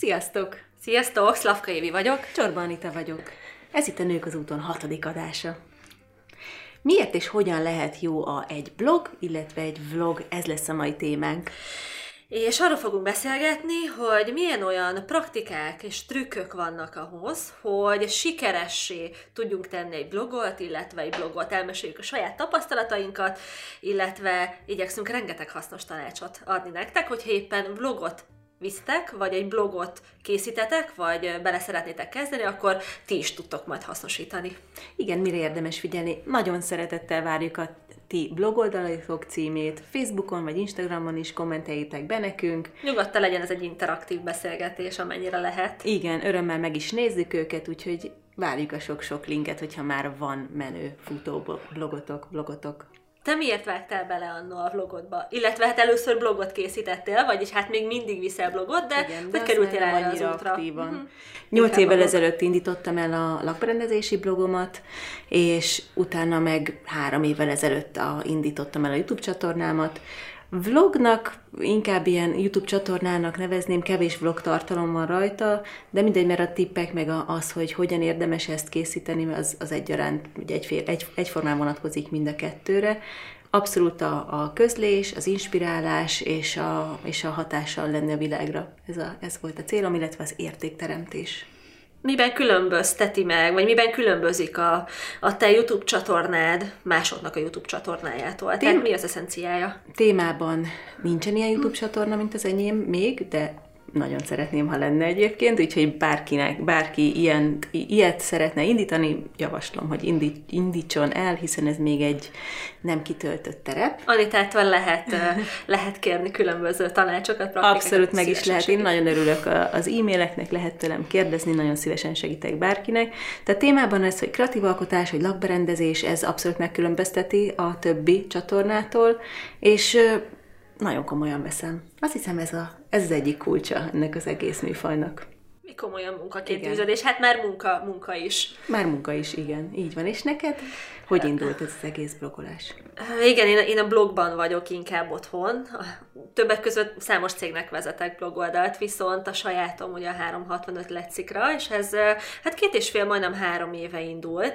Sziasztok! Sziasztok, Szlavka Évi vagyok. Csorba Anita vagyok. Ez itt a Nők az úton 6. adása. Miért és hogyan lehet jó egy blog, illetve egy vlog? Ez lesz a mai témánk. És arról fogunk beszélgetni, hogy milyen olyan praktikák és trükkök vannak ahhoz, hogy sikeressé tudjunk tenni egy blogot, illetve egy blogot elmeséljük a saját tapasztalatainkat, illetve igyekszünk rengeteg hasznos tanácsot adni nektek, hogyha éppen vlogot visztek, vagy egy blogot készítetek, vagy bele szeretnétek kezdeni, akkor ti is tudtok majd hasznosítani. Igen, mire érdemes figyelni? Nagyon szeretettel várjuk a ti blogoldalaitok címét, Facebookon vagy Instagramon is kommenteljétek be nekünk. Nyugodtan legyen ez egy interaktív beszélgetés, amennyire lehet. Igen, örömmel meg is nézzük őket, úgyhogy várjuk a sok-sok linket, hogyha már van menő futó blogotok. Te miért vágtál bele annó a vlogodba? Illetve hát először blogot készítettél, vagyis hát még mindig viszel blogot, de igen, hogy kerültél erre az útra? Aktívan. 8 évvel ezelőtt indítottam el a lakberendezési blogomat, és utána meg 3 évvel ezelőtt indítottam el a YouTube csatornámat. Vlognak, inkább ilyen YouTube csatornának nevezném, kevés vlog tartalom van rajta, de mindegy, mert a tippek meg az, hogy hogyan érdemes ezt készíteni, az egyaránt egyformán vonatkozik mind a kettőre. Abszolút a közlés, az inspirálás és a hatással lenni a világra. Ez volt a célom, illetve az értékteremtés. Miben különbözteti meg, vagy miben különbözik a te YouTube csatornád másoknak a YouTube csatornájától? Tehát mi az eszenciája? Témában nincsen ilyen YouTube csatorna, mint az enyém még, de nagyon szeretném, ha lenne egyébként, úgyhogy bárki ilyet szeretne indítani, javaslom, hogy indítson el, hiszen ez még egy nem kitöltött terep. Anitától lehet kérni különböző tanácsokat, praktikákat. Abszolút meg is lehet. Én nagyon örülök az e-maileknek, lehet tőlem kérdezni, nagyon szívesen segítek bárkinek. Tehát témában ez, hogy kreatív alkotás, vagy lakberendezés, ez abszolút megkülönbözteti a többi csatornától, és nagyon komolyan veszem. Azt hiszem ez az egyik kulcsa ennek az egész műfajnak. Mi komolyan munkaként űzöd, és hát már munka is. Már munka is, igen. Így van. És neked hogy indult ez az egész blogolás? Igen, én a blogban vagyok inkább otthon. Többek között számos cégnek vezetek blogoldalt, viszont a sajátom ugye a 365 Letszikra, és ez hát 2,5, majdnem 3 éve indult.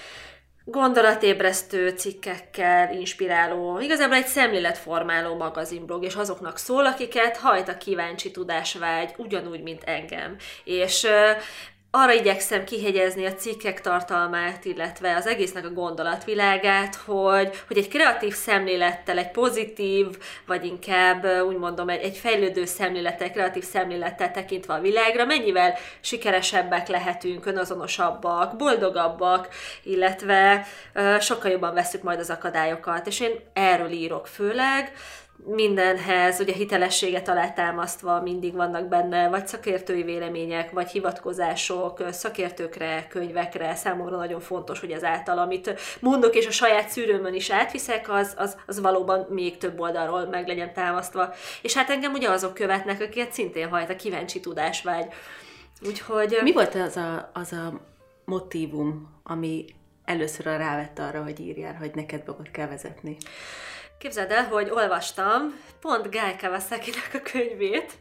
Gondolatébresztő cikkekkel, inspiráló, igazából egy szemléletformáló magazinblog, és azoknak szól, akiket hajt a kíváncsi tudásvágy, ugyanúgy, mint engem. És arra igyekszem kihegyezni a cikkek tartalmát, illetve az egésznek a gondolatvilágát, hogy egy kreatív szemlélettel, egy pozitív, vagy inkább úgy mondom, egy fejlődő szemlélettel, kreatív szemlélettel tekintve a világra, mennyivel sikeresebbek lehetünk, önazonosabbak, boldogabbak, illetve sokkal jobban vesszük majd az akadályokat. És én erről írok főleg, mindenhez, ugye hitelességet alátámasztva mindig vannak benne vagy szakértői vélemények, vagy hivatkozások szakértőkre, könyvekre. Számomra nagyon fontos, hogy ezáltal, amit mondok, és a saját szűrőmön is átviszek, az valóban még több oldalról meg legyen támasztva. És hát engem ugye azok követnek, akiket szintén hajt a kíváncsi tudásvágy. Úgyhogy... Mi volt az a motívum, ami először rávette arra, hogy írjál, hogy neked blogot kell vezetni? Képzeld el, hogy olvastam pont Guy Kawasakinak a könyvét,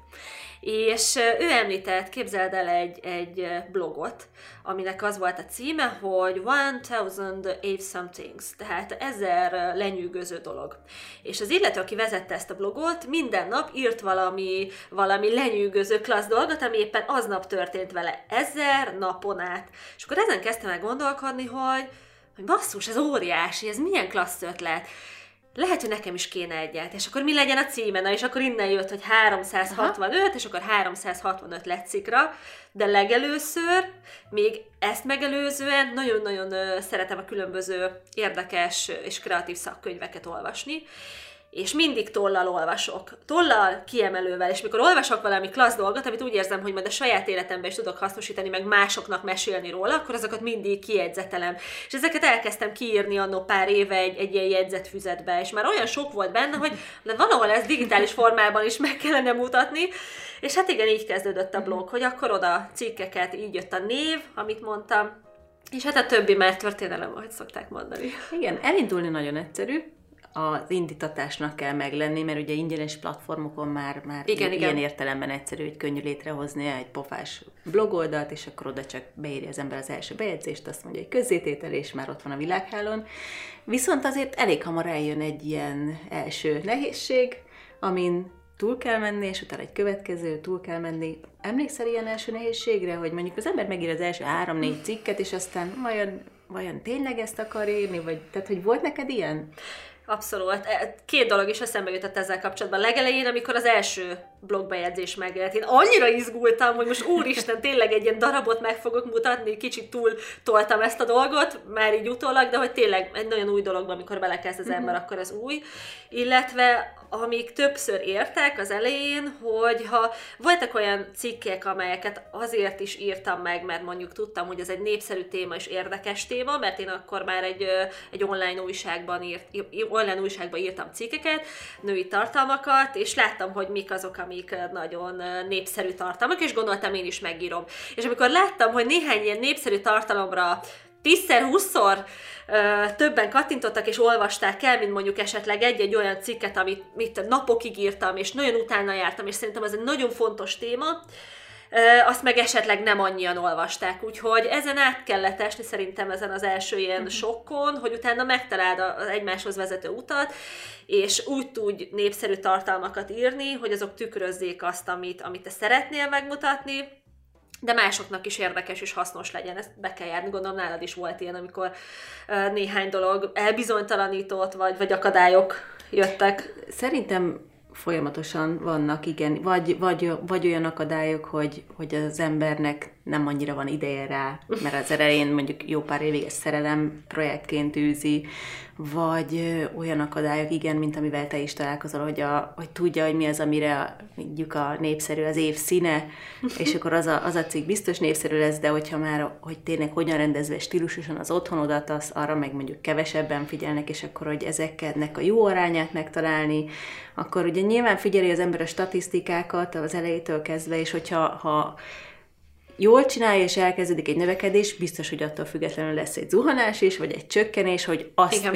és ő említett, képzeld el egy blogot, aminek az volt a címe, hogy 1000 Awesome Things, tehát 1000 lenyűgöző dolog. És az illető, aki vezette ezt a blogot, minden nap írt valami lenyűgöző klassz dolgot, ami éppen aznap történt vele 1000 napon át. És akkor ezen kezdtem el gondolkodni, hogy basszus, ez óriási, ez milyen klassz ötlet. Lehet, hogy nekem is kéne egyet, és akkor mi legyen a címe? Na, és akkor innen jött, hogy 365, és akkor 365 Letszikra, de legelőször, még ezt megelőzően nagyon-nagyon szeretem a különböző érdekes és kreatív szakkönyveket olvasni, és mindig tollal olvasok. Tollal, kiemelővel, és mikor olvasok valami klassz dolgot, amit úgy érzem, hogy majd a saját életemben is tudok hasznosítani, meg másoknak mesélni róla, akkor azokat mindig kijegyzetelem. És ezeket elkezdtem kiírni annó pár éve egy ilyen jegyzetfüzetbe, és már olyan sok volt benne, hogy valahol ezt digitális formában is meg kellene mutatni, és hát igen, így kezdődött a blog, hogy akkor oda cikkeket, így jött a név, amit mondtam, és hát a többi már történelem, ahogy szokták mondani. Igen, elindulni nagyon egyszerű. az indítatásnak kell meglenni, mert ugye ingyenes platformokon már igen. értelemben egyszerű, hogy könnyű létrehozni egy pofás blogoldalt, és akkor oda csak beírja az ember az első bejegyzést, azt mondja, hogy közzététel, és már ott van a világhálón. Viszont azért elég hamar eljön egy ilyen első nehézség, amin túl kell menni, és utána egy következő, túl kell menni. Emlékszel ilyen első nehézségre, hogy mondjuk az ember megír az első 3-4 cikket, és aztán vajon tényleg ezt akar írni? Vagy, tehát, hogy volt neked ilyen? Abszolút. 2 dolog is eszembe jutott ezzel kapcsolatban. Legelején, amikor az első blogbejegyzés megjelent, én annyira izgultam, hogy most úristen, tényleg egy ilyen darabot meg fogok mutatni, kicsit túl toltam ezt a dolgot, már így utólag, de hogy tényleg egy nagyon új dologban, amikor belekezd az ember, akkor ez új. Illetve amíg többször értek az elején, hogy ha voltak olyan cikkek, amelyeket azért is írtam meg, mert mondjuk tudtam, hogy ez egy népszerű téma és érdekes téma, mert én akkor már egy online újságban írtam cikkeket, női tartalmakat, és láttam, hogy mik azok, amik nagyon népszerű tartalmak, és gondoltam, én is megírom. És amikor láttam, hogy néhány ilyen népszerű tartalomra 10-20-szor többen kattintottak és olvasták el, mint mondjuk esetleg egy-egy olyan cikket, amit napokig írtam, és nagyon utána jártam, és szerintem ez egy nagyon fontos téma, azt meg esetleg nem annyian olvasták. Úgyhogy ezen át kellett esni szerintem ezen az első ilyen sokkon, hogy utána megtaláld az egymáshoz vezető utat, és úgy tudj népszerű tartalmakat írni, hogy azok tükrözzék azt, amit te szeretnél megmutatni, de másoknak is érdekes és hasznos legyen. Ezt be kell járni. Gondolom nálad is volt ilyen, amikor néhány dolog elbizonytalanított, vagy akadályok jöttek. Szerintem folyamatosan vannak, igen, vagy olyan akadályok, hogy az embernek nem annyira van ideje rá, mert az elején mondjuk jó pár évig ezt szerelem projektként űzi, vagy olyan akadályok, igen, mint amivel te is találkozol, hogy tudja, hogy mi az, amire mondjuk a népszerű az év színe, és akkor az a cikk biztos népszerű lesz, de hogyha már, hogy tényleg hogyan rendezve stílusosan az otthonodat, az arra meg mondjuk kevesebben figyelnek, és akkor, hogy ezeknek a jó arányát megtalálni, akkor ugye nyilván figyeli az ember a statisztikákat az elejétől kezdve, és hogyha jól csinálja, és elkezdődik egy növekedés, biztos, hogy attól függetlenül lesz egy zuhanás is, vagy egy csökkenés, hogy azt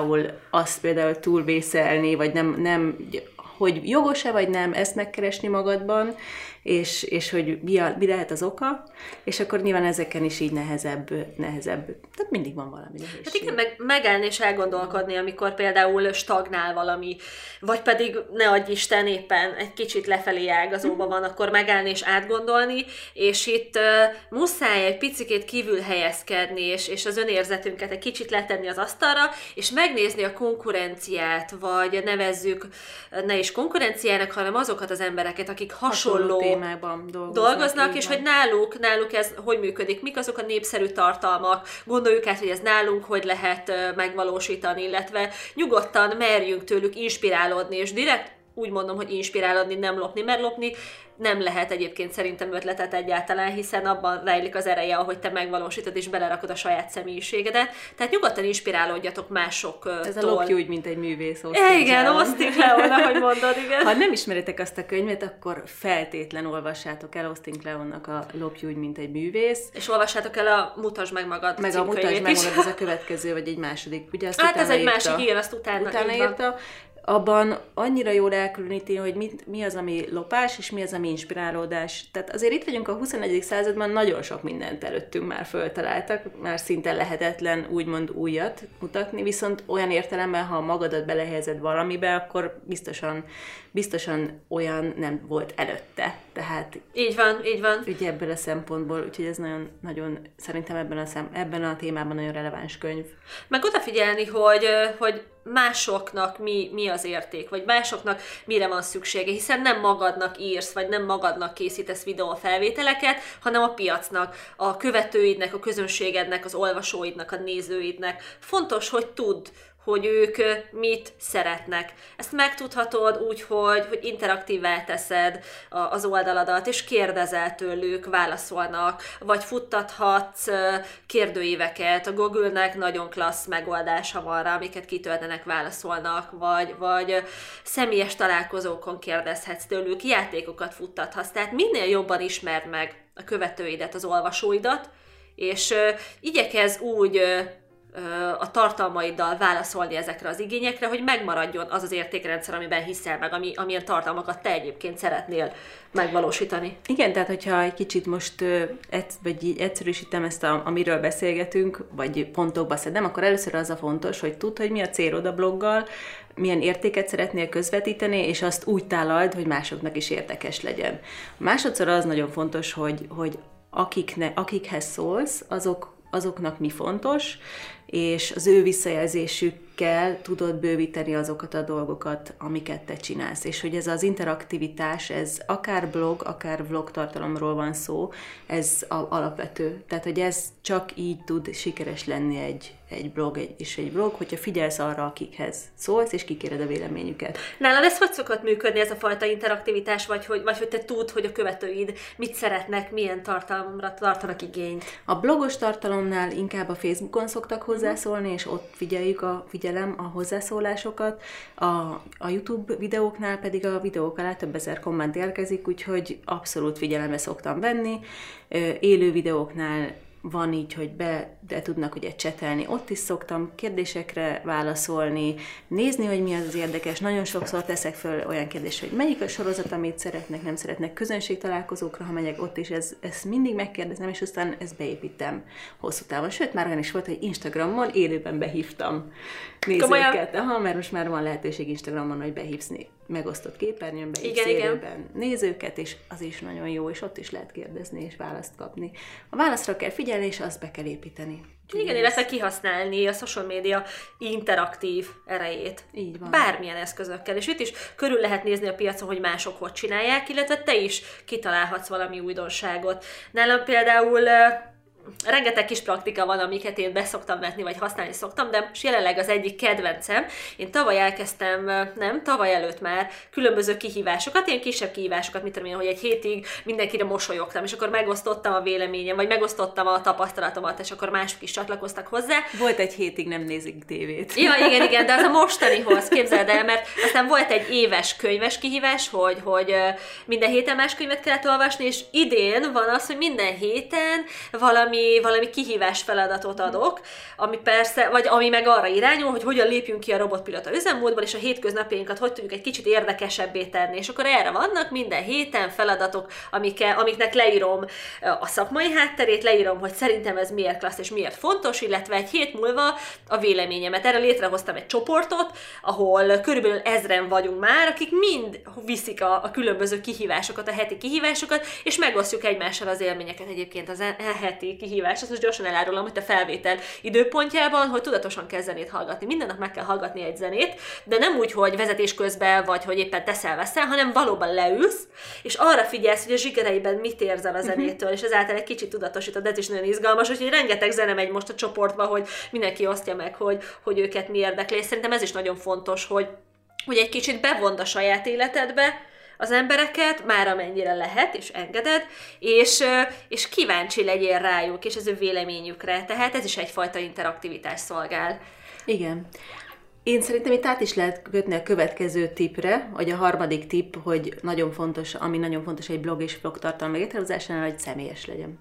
például túlvészelni, vagy nem hogy jogos-e vagy nem, ezt megkeresni magadban, és hogy mi lehet az oka, és akkor nyilván ezeken is így nehezebb. Tehát mindig van valami nehézség. Hát igen, megállni és elgondolkodni, amikor például stagnál valami, vagy pedig ne adj Isten éppen egy kicsit lefelé ágazóban van, akkor megállni és átgondolni, és itt muszáj egy picikét kívül helyezkedni, és az önérzetünket egy kicsit letenni az asztalra, és megnézni a konkurenciát, vagy nevezzük ne is konkurenciának, hanem azokat az embereket, akik hasonló témában dolgoznak, és hogy náluk ez hogy működik, mik azok a népszerű tartalmak, gondoljuk át, hogy ez nálunk hogy lehet megvalósítani, illetve nyugodtan merjünk tőlük inspirálódni, és direkt úgy mondom, hogy inspirálódni, nem lopni, mert lopni nem lehet egyébként szerintem ötletet egyáltalán, hiszen abban rejlik az ereje, ahogy te megvalósítod és belerakod a saját személyiségedet. Tehát nyugodtan inspirálódjatok másoktól. Ez a lopj úgy, mint egy művész. Igen, Austin Kleon, ahogy mondod, igen. Ha nem ismeritek azt a könyvet, akkor feltétlen olvassátok el Austin Kleonnak a Lopj úgy, mint egy művész. És olvassátok el a Mutasd meg magad meg a Mutasd meg magad, ez a következő, vagy egy második. Ugye azt hát ez egy másik, igen, azt utána írta. Abban annyira jól elkülöníti, hogy mi az, ami lopás, és mi az, ami inspirálódás. Tehát azért itt vagyunk a 21. században, nagyon sok mindent előttünk már föltaláltak, már szinte lehetetlen úgymond újat mutatni, viszont olyan értelemben, ha magadat belehelyezed valamibe, akkor biztosan olyan nem volt előtte. Tehát így van. Ugye ebből a szempontból, úgyhogy ez nagyon, nagyon szerintem ebben a témában nagyon releváns könyv. Meg odafigyelni, hogy másoknak mi az érték, vagy másoknak mire van szüksége, hiszen nem magadnak írsz, vagy nem magadnak készítesz videófelvételeket, hanem a piacnak, a követőidnek, a közönségednek, az olvasóidnak, a nézőidnek. Fontos, hogy tudd, hogy ők mit szeretnek. Ezt megtudhatod úgy, hogy interaktívvá teszed az oldaladat, és kérdezel tőlük, válaszolnak, vagy futtathatsz kérdőíveket. A Google-nek nagyon klassz megoldása van rá, amiket kitöltenek, válaszolnak, vagy személyes találkozókon kérdezhetsz tőlük, játékokat futtathatsz. Tehát minél jobban ismerd meg a követőidet, az olvasóidat, és igyekezz úgy a tartalmaiddal válaszolni ezekre az igényekre, hogy megmaradjon az az értékrendszer, amiben hiszel meg, amilyen tartalmakat te egyébként szeretnél megvalósítani. Igen, tehát hogyha egy kicsit most vagy így egyszerűsítem ezt, amiről beszélgetünk, vagy pontokba szedem, akkor először az a fontos, hogy tudd, hogy mi a célod a bloggal, milyen értéket szeretnél közvetíteni, és azt úgy tálald, hogy másoknak is érdekes legyen. Másodszor az nagyon fontos, hogy akikhez szólsz, azoknak mi fontos, és az ő visszajelzésükkel tudod bővíteni azokat a dolgokat, amiket te csinálsz. És hogy ez az interaktivitás, ez akár blog, akár vlog tartalomról van szó, ez alapvető. Tehát, hogy ez csak így tud sikeres lenni egy blog, egy blog, hogyha figyelsz arra, akikhez szólsz, és kikéred a véleményüket. Nálad ez hogy szokott működni, ez a fajta interaktivitás, vagy hogy te tudd, hogy a követőid mit szeretnek, milyen tartalomra tartanak igényt? A blogos tartalomnál inkább a Facebookon szoktak hozzászólni, és ott figyelem a hozzászólásokat. A YouTube videóknál pedig a videók alá több ezer komment érkezik, úgyhogy abszolút figyelembe szoktam venni. Élő videóknál van így, hogy be tudnak ugye csetelni, ott is szoktam kérdésekre válaszolni, nézni, hogy mi az érdekes. Nagyon sokszor teszek föl olyan kérdést, hogy melyik a sorozat, amit szeretnek, nem szeretnek, közönségtalálkozókra, ha megyek ott is, ezt mindig megkérdezem, és aztán ezt beépítem hosszú távon. Sőt, már olyan is volt, hogy Instagramon élőben behívtam nézőket. Mert most már van lehetőség Instagramon, hogy behívsz megosztott képernyőn, behívsz élőben nézőket, és az is nagyon jó, és ott is lehet kérdezni és választ kapni. A válaszra kell figyelni, és azt be kell építeni. Igen, illetve kihasználni a social media interaktív erejét. Így van. Bármilyen eszközökkel. És itt is körül lehet nézni a piacon, hogy mások hogy csinálják, illetve te is kitalálhatsz valami újdonságot. Nálam például rengeteg kis praktika van, amiket én beszoktam vetni, vagy használni szoktam, de most jelenleg az egyik kedvencem. Én tavaly előtt már különböző kihívásokat, ilyen kisebb kihívásokat, mit tudom én, hogy egy hétig mindenkire mosolyogtam, és akkor megosztottam a véleményem, vagy megosztottam a tapasztalatomat, és akkor mások is csatlakoztak hozzá. Volt egy hétig nem nézik tévét. Ja, igen, de az a mostanihoz, képzeld el, mert aztán volt egy éves könyves kihívás, hogy minden héten más könyvet kellett olvasni, és idén van az, hogy minden héten valami kihívás feladatot adok, ami persze, vagy ami meg arra irányul, hogy hogyan lépjünk ki a robotpilóta üzemmódból, és a hétköznapjainkat hogy tudjuk egy kicsit érdekesebbé tenni. És akkor erre vannak minden héten feladatok, amiknek leírom a szakmai hátterét, leírom, hogy szerintem ez miért klassz és miért fontos, illetve egy hét múlva a véleményemet. Erre létrehoztam egy csoportot, ahol körülbelül 1000-en vagyunk már, akik mind viszik a különböző kihívásokat, a heti kihívásokat, és megosztjuk egymással az élményeket. Egyébként az heti kihívás, azt most gyorsan elárulom, hogy a felvétel időpontjában, hogy tudatosan kell zenét hallgatni. Minden nap meg kell hallgatni egy zenét, de nem úgy, hogy vezetés közben, vagy hogy éppen teszel-veszel, hanem valóban leülsz, és arra figyelsz, hogy a zsigereiben mit érzel a zenétől, és ezáltal egy kicsit tudatosítod, ez is nagyon izgalmas, úgyhogy rengeteg zene megy most a csoportba, hogy mindenki osztja meg, hogy őket mi érdekli, és szerintem ez is nagyon fontos, hogy egy kicsit bevond a saját életedbe az embereket, már amennyire lehet, és engeded, és kíváncsi legyél rájuk, és az ő véleményükre. Tehát ez is egyfajta interaktivitás szolgál. Igen. Én szerintem itt át is lehet kötni a következő tippre, vagy a harmadik tipp, hogy nagyon fontos, ami nagyon fontos egy blog és blog tartalom létrehozásánál, hogy személyes legyen.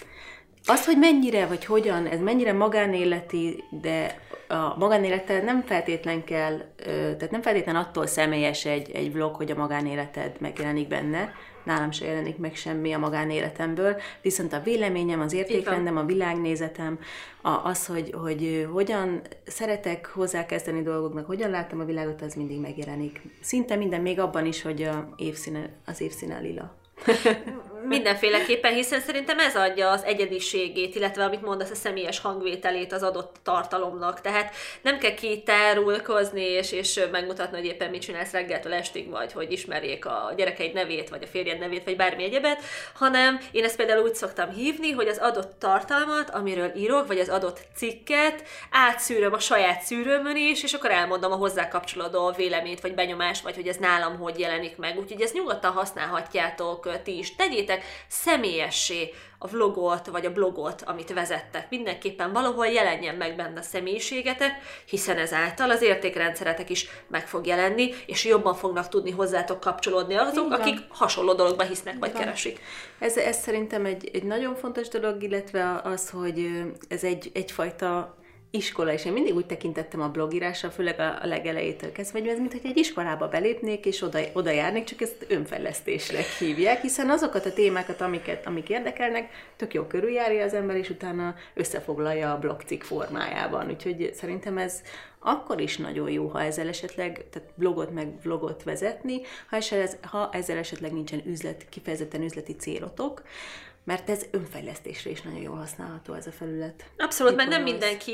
Az, hogy mennyire, vagy hogyan, ez mennyire magánéleti, de a magánéleted nem feltétlen kell, tehát nem feltétlen attól személyes egy vlog, hogy a magánéleted megjelenik benne. Nálam se jelenik meg semmi a magánéletemből, viszont a véleményem, az értékrendem, a világnézetem, az, hogy hogyan szeretek hozzákezdeni dolgoknak, hogyan látom a világot, az mindig megjelenik. Szinte minden, még abban is, hogy az évszíne lila. Mindenféleképpen, hiszen szerintem ez adja az egyediségét, illetve amit mondasz, a személyes hangvételét az adott tartalomnak. Tehát nem kell kitárulkozni és megmutatni, hogy éppen mit csinálsz reggeltől estig, vagy hogy ismerjék a gyerekeid nevét, vagy a férjed nevét, vagy bármi egyebet, hanem én ezt például úgy szoktam hívni, hogy az adott tartalmat, amiről írok, vagy az adott cikket átszűröm a saját szűrőmön is, és akkor elmondom a hozzá kapcsolódó véleményt, vagy benyomást, vagy hogy ez nálam hogy jelenik meg. Úgyhogy ezt nyugodtan használhatjátok ti is. Tegyétek személyessé a vlogot, vagy a blogot, amit vezettek. Mindenképpen valahol jelenjen meg benne a személyiségetek, hiszen ezáltal az értékrendszeretek is meg fog jelenni, és jobban fognak tudni hozzátok kapcsolódni azok, akik hasonló dologba hisznek, vagy keresik. Ez szerintem egy nagyon fontos dolog, illetve az, hogy ez egyfajta iskola, és én mindig úgy tekintettem a blogírásra, főleg a legelejétől kezdve, hogy ez mintha egy iskolába belépnék, és oda járnék, csak ezt önfejlesztésre hívják, hiszen azokat a témákat, amik érdekelnek, tök jó körüljárja az ember, és utána összefoglalja a blogcikk formájában. Úgyhogy szerintem ez akkor is nagyon jó, ha ezzel esetleg, tehát blogot meg vlogot vezetni, ha ezzel esetleg nincsen kifejezetten üzleti célotok, mert ez önfejlesztésre is nagyon jól használható ez a felület. Abszolút, mert nem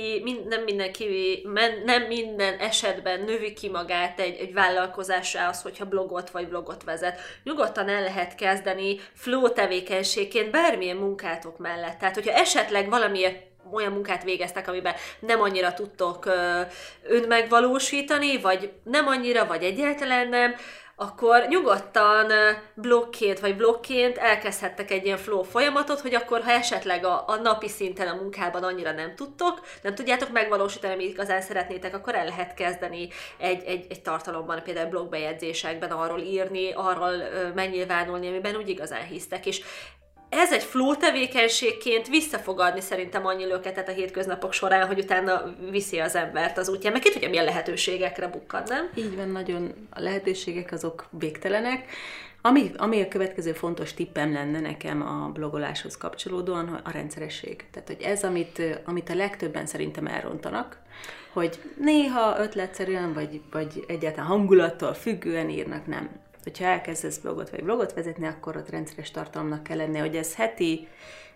minden esetben növi ki magát egy vállalkozásra az, hogyha blogot vagy vlogot vezet. Nyugodtan el lehet kezdeni flow tevékenységként bármilyen munkátok mellett. Tehát, hogyha esetleg valamiért olyan munkát végeztek, amiben nem annyira tudtok önmegvalósítani, vagy nem annyira, vagy egyáltalán nem, akkor nyugodtan blogként vagy blogként elkezdhettek egy ilyen flow folyamatot, hogy akkor, ha esetleg a napi szinten a munkában annyira nem tudjátok megvalósítani, amit igazán szeretnétek, akkor el lehet kezdeni egy tartalomban, például blogbejegyzésekben arról írni, arról megnyilvánulni, amiben úgy igazán hisztek, és ez egy flow tevékenységként vissza fog adni szerintem annyi löketet a hétköznapok során, hogy utána viszi az embert az útján. Meg ki tudja, milyen lehetőségekre bukkan, nem? Így van, nagyon a lehetőségek azok végtelenek. Ami a következő fontos tippem lenne nekem a blogoláshoz kapcsolódóan, a rendszeresség. Tehát, hogy ez, amit a legtöbben szerintem elrontanak, hogy néha ötletszerűen, vagy egyáltalán hangulattól függően írnak, nem. Hogyha elkezdesz blogot vagy blogot vezetni, akkor ott rendszeres tartalomnak kell lenni, hogy ez heti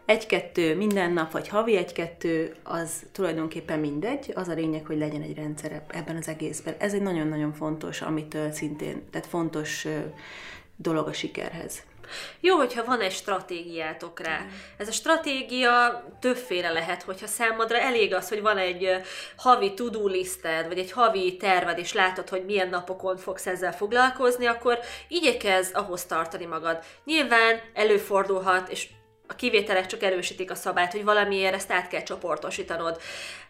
1-2 minden nap, vagy havi 1-2, az tulajdonképpen mindegy, az a lényeg, hogy legyen egy rendszer ebben az egészben. Ez egy nagyon-nagyon fontos, amitől szintén, tehát fontos dolog a sikerhez. Jó, hogyha van egy stratégiátok rá. Ez a stratégia többféle lehet, hogyha számodra elég az, hogy van egy havi to-do listed, vagy egy havi terved, és látod, hogy milyen napokon fogsz ezzel foglalkozni, akkor igyekezz ahhoz tartani magad. Nyilván előfordulhat, és a kivételek csak erősítik a szabályt, hogy valamiért ezt át kell csoportosítanod.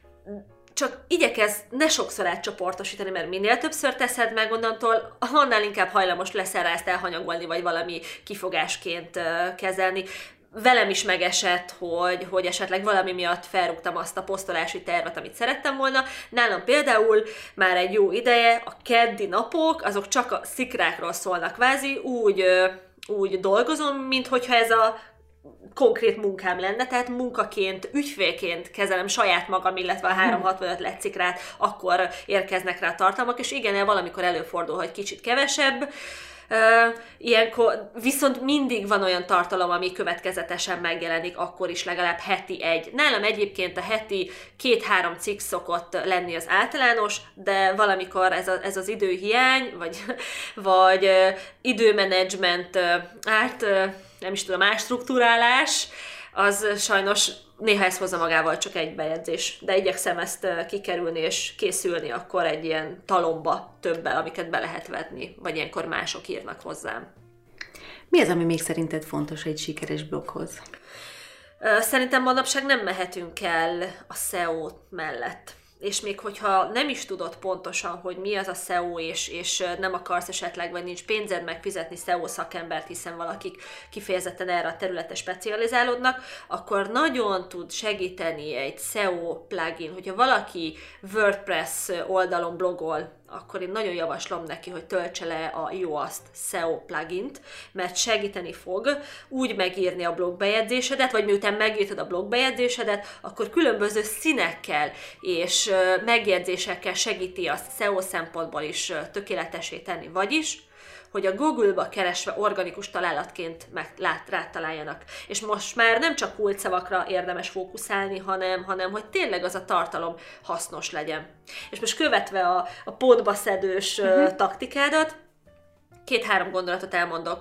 Csak igyekezz ne sokszor átcsoportosítani, mert minél többször teszed meg, onnantól annál inkább hajlamos leszel rá ezt elhanyagolni, vagy valami kifogásként kezelni. Velem is megesett, hogy esetleg valami miatt felrúgtam azt a posztolási tervet, amit szerettem volna. Nálam például már egy jó ideje a keddi napok, azok csak a szikrákról szólnak kvázi, úgy dolgozom, minthogyha ez a konkrét munkám lenne, tehát munkaként, ügyfélként kezelem saját magam, illetve a 365 letszikrát, akkor érkeznek rá a tartalmak, és igen, valamikor előfordul, hogy kicsit kevesebb, ilyenkor viszont mindig van olyan tartalom, ami következetesen megjelenik, akkor is legalább heti egy. Nálam egyébként a heti 2-3 cikk szokott lenni az általános, de valamikor ez az időhiány, vagy időmenedzsment nem is tudom, átstruktúrálás, az sajnos néha ez hozza magával csak egy bejegyzés, de igyekszem ezt kikerülni és készülni akkor egy ilyen talomba többel, amiket be lehet vetni, vagy ilyenkor mások írnak hozzám. Mi az, ami még szerinted fontos egy sikeres bloghoz? Szerintem manapság nem mehetünk el a SEO mellett. És még hogyha nem is tudod pontosan, hogy mi az a SEO, és nem akarsz esetleg, vagy nincs pénzed megfizetni SEO szakembert, hiszen valakik kifejezetten erre a területre specializálódnak, akkor nagyon tud segíteni egy SEO plugin. Hogyha valaki WordPress oldalon blogol, akkor én nagyon javaslom neki, hogy töltse le a Yoast SEO plugint, mert segíteni fog úgy megírni a blogbejegyzésedet, vagy miután megírtad a blogbejegyzésedet, akkor különböző színekkel és megjegyzésekkel segíti azt SEO szempontból is tökéletessé tenni, vagyis hogy a Google-ba keresve organikus találatként rátaláljanak. És most már nem csak kulcsszavakra érdemes fókuszálni, hanem hogy tényleg az a tartalom hasznos legyen. És most követve a pontba szedős taktikádat, 2-3 gondolatot elmondok,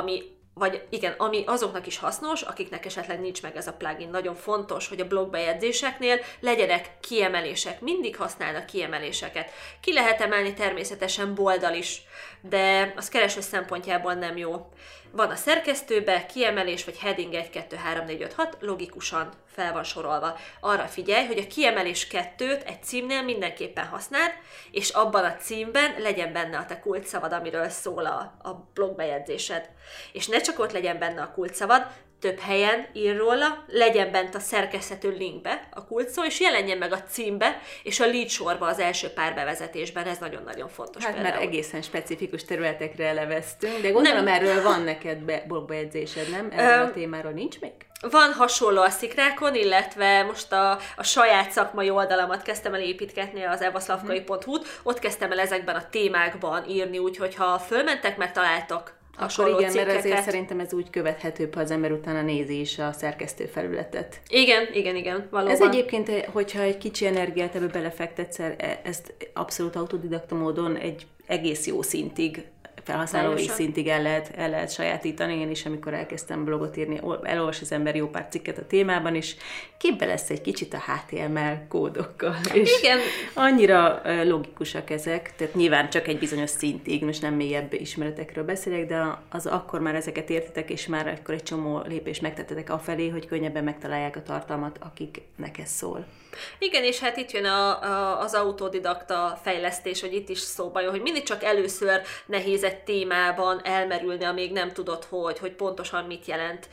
ami azoknak is hasznos, akiknek esetleg nincs meg ez a plugin. Nagyon fontos, hogy a blogbejegyzéseknél legyenek kiemelések. Mindig használnak kiemeléseket. Ki lehet emelni természetesen bolddal is, de az kereső szempontjából nem jó. Van a szerkesztőbe kiemelés, vagy heading 1, 2, 3, 4, 5, 6, logikusan fel van sorolva. Arra figyelj, hogy a kiemelés 2-t egy címnél mindenképpen használd, és abban a címben legyen benne a te kulcsszavad, amiről szól a blogbejegyzésed. És ne csak ott legyen benne a kulcsszavad, több helyen ír róla, legyen bent a szerkeszthető linkbe a kulcsszó, és jelenjen meg a címbe, és a lead sorba az első pár bevezetésben, ez nagyon-nagyon fontos. Hát például. Már egészen specifikus területekre eleveztünk, de gondolom erről van neked blogbejegyzésed, nem? Erről a témáról nincs még? Van hasonló a Szikrákon, illetve most a saját szakmai oldalamat kezdtem el építgetni, az evaszlavkai.hu-t, ott kezdtem el ezekben a témákban írni, úgyhogy ha fölmentek, megtaláltok hasonló akkor igen, cikkeket. Mert azért szerintem ez úgy követhetőbb, ha az ember utána nézi is a szerkesztő felületet. Igen, valóban. Ez egyébként, hogyha egy kicsi energiát ebbe belefektetsz, ezt abszolút autodidakta módon egy egész jó szintig, felhasználói szintig el lehet sajátítani. Én is, amikor elkezdtem blogot írni, elolvas az ember jó pár cikket a témában, és képbe lesz egy kicsit a HTML kódokkal. És igen. Annyira logikusak ezek, tehát nyilván csak egy bizonyos szintig, most nem mélyebb ismeretekről beszélek, de az akkor már ezeket értitek, és már akkor egy csomó lépést megtettetek afelé, hogy könnyebben megtalálják a tartalmat, akiknek ez szól. Igen, és hát itt jön az autodidakta fejlesztés, hogy itt is szóba jön, hogy mindig csak először nehéz egy témában elmerülni, amíg nem tudod, hogy pontosan mit jelent.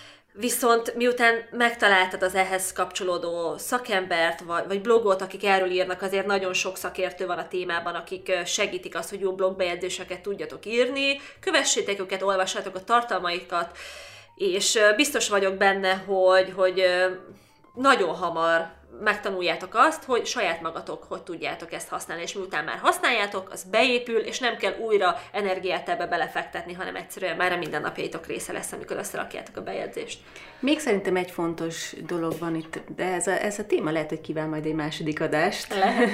Viszont miután megtaláltad az ehhez kapcsolódó szakembert, vagy blogot, akik erről írnak, azért nagyon sok szakértő van a témában, akik segítik azt, hogy jó blogbejegyzéseket tudjatok írni, kövessétek őket, olvassátok a tartalmaikat, és biztos vagyok benne, hogy nagyon hamar megtanuljátok azt, hogy saját magatok hogy tudjátok ezt használni, és miután már használjátok, az beépül, és nem kell újra energiát ebbe belefektetni, hanem egyszerűen már a mindennapjaitok része lesz, amikor összerakjátok a bejegyzést. Még szerintem egy fontos dolog van itt, de ez a téma lehet, hogy kíván majd egy második adást.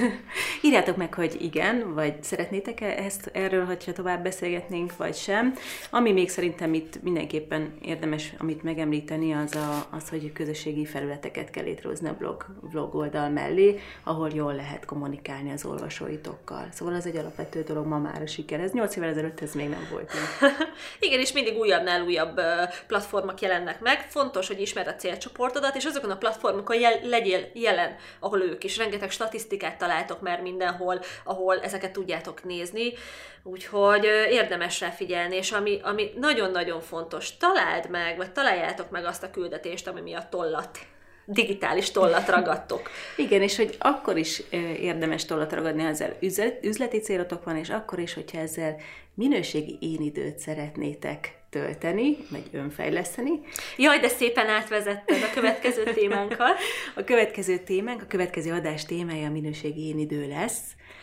Írjátok meg, hogy igen, vagy szeretnétek erről, hogyha tovább beszélgetnénk, vagy sem. Ami még szerintem itt mindenképpen érdemes, amit megemlíteni, az, hogy közösségi felületeket kell létrehozni a blog oldal mellé, ahol jól lehet kommunikálni az olvasóitokkal. Szóval ez egy alapvető dolog, ma már a siker. Ez 8 évvel ezelőtt ez még nem volt. Igen, és mindig újabbnál újabb platformok jelennek meg. Fontos, hogy ismerd a célcsoportodat, és azokon a platformokon legyél jelen, ahol ők is. Rengeteg statisztikát találtok már mindenhol, ahol ezeket tudjátok nézni. Úgyhogy érdemes rá figyelni, és ami nagyon-nagyon fontos, találd meg, vagy találjátok meg azt a küldetést, ami miatt digitális tollat ragadtok. Igen, és hogy akkor is érdemes tollat ragadni, ha ezzel üzleti célotok van, és akkor is, hogyha ezzel minőségi énidőt szeretnétek tölteni, vagy önfejleszteni. Jaj, de szépen átvezetted a következő témánkat. A következő adás témája a minőségi énidő lesz.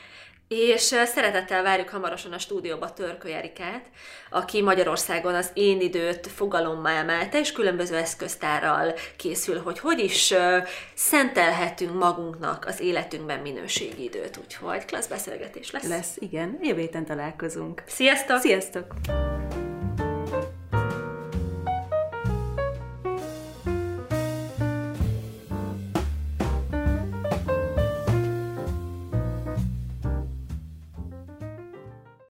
És szeretettel várjuk hamarosan a stúdióba Törköly Erikát, aki Magyarországon az én időt fogalommá emelte, és különböző eszköztárral készül, hogy is szentelhetünk magunknak az életünkben minőségi időt. Úgyhogy klassz beszélgetés lesz. Lesz, igen. Jövő héten találkozunk. Sziasztok! Sziasztok!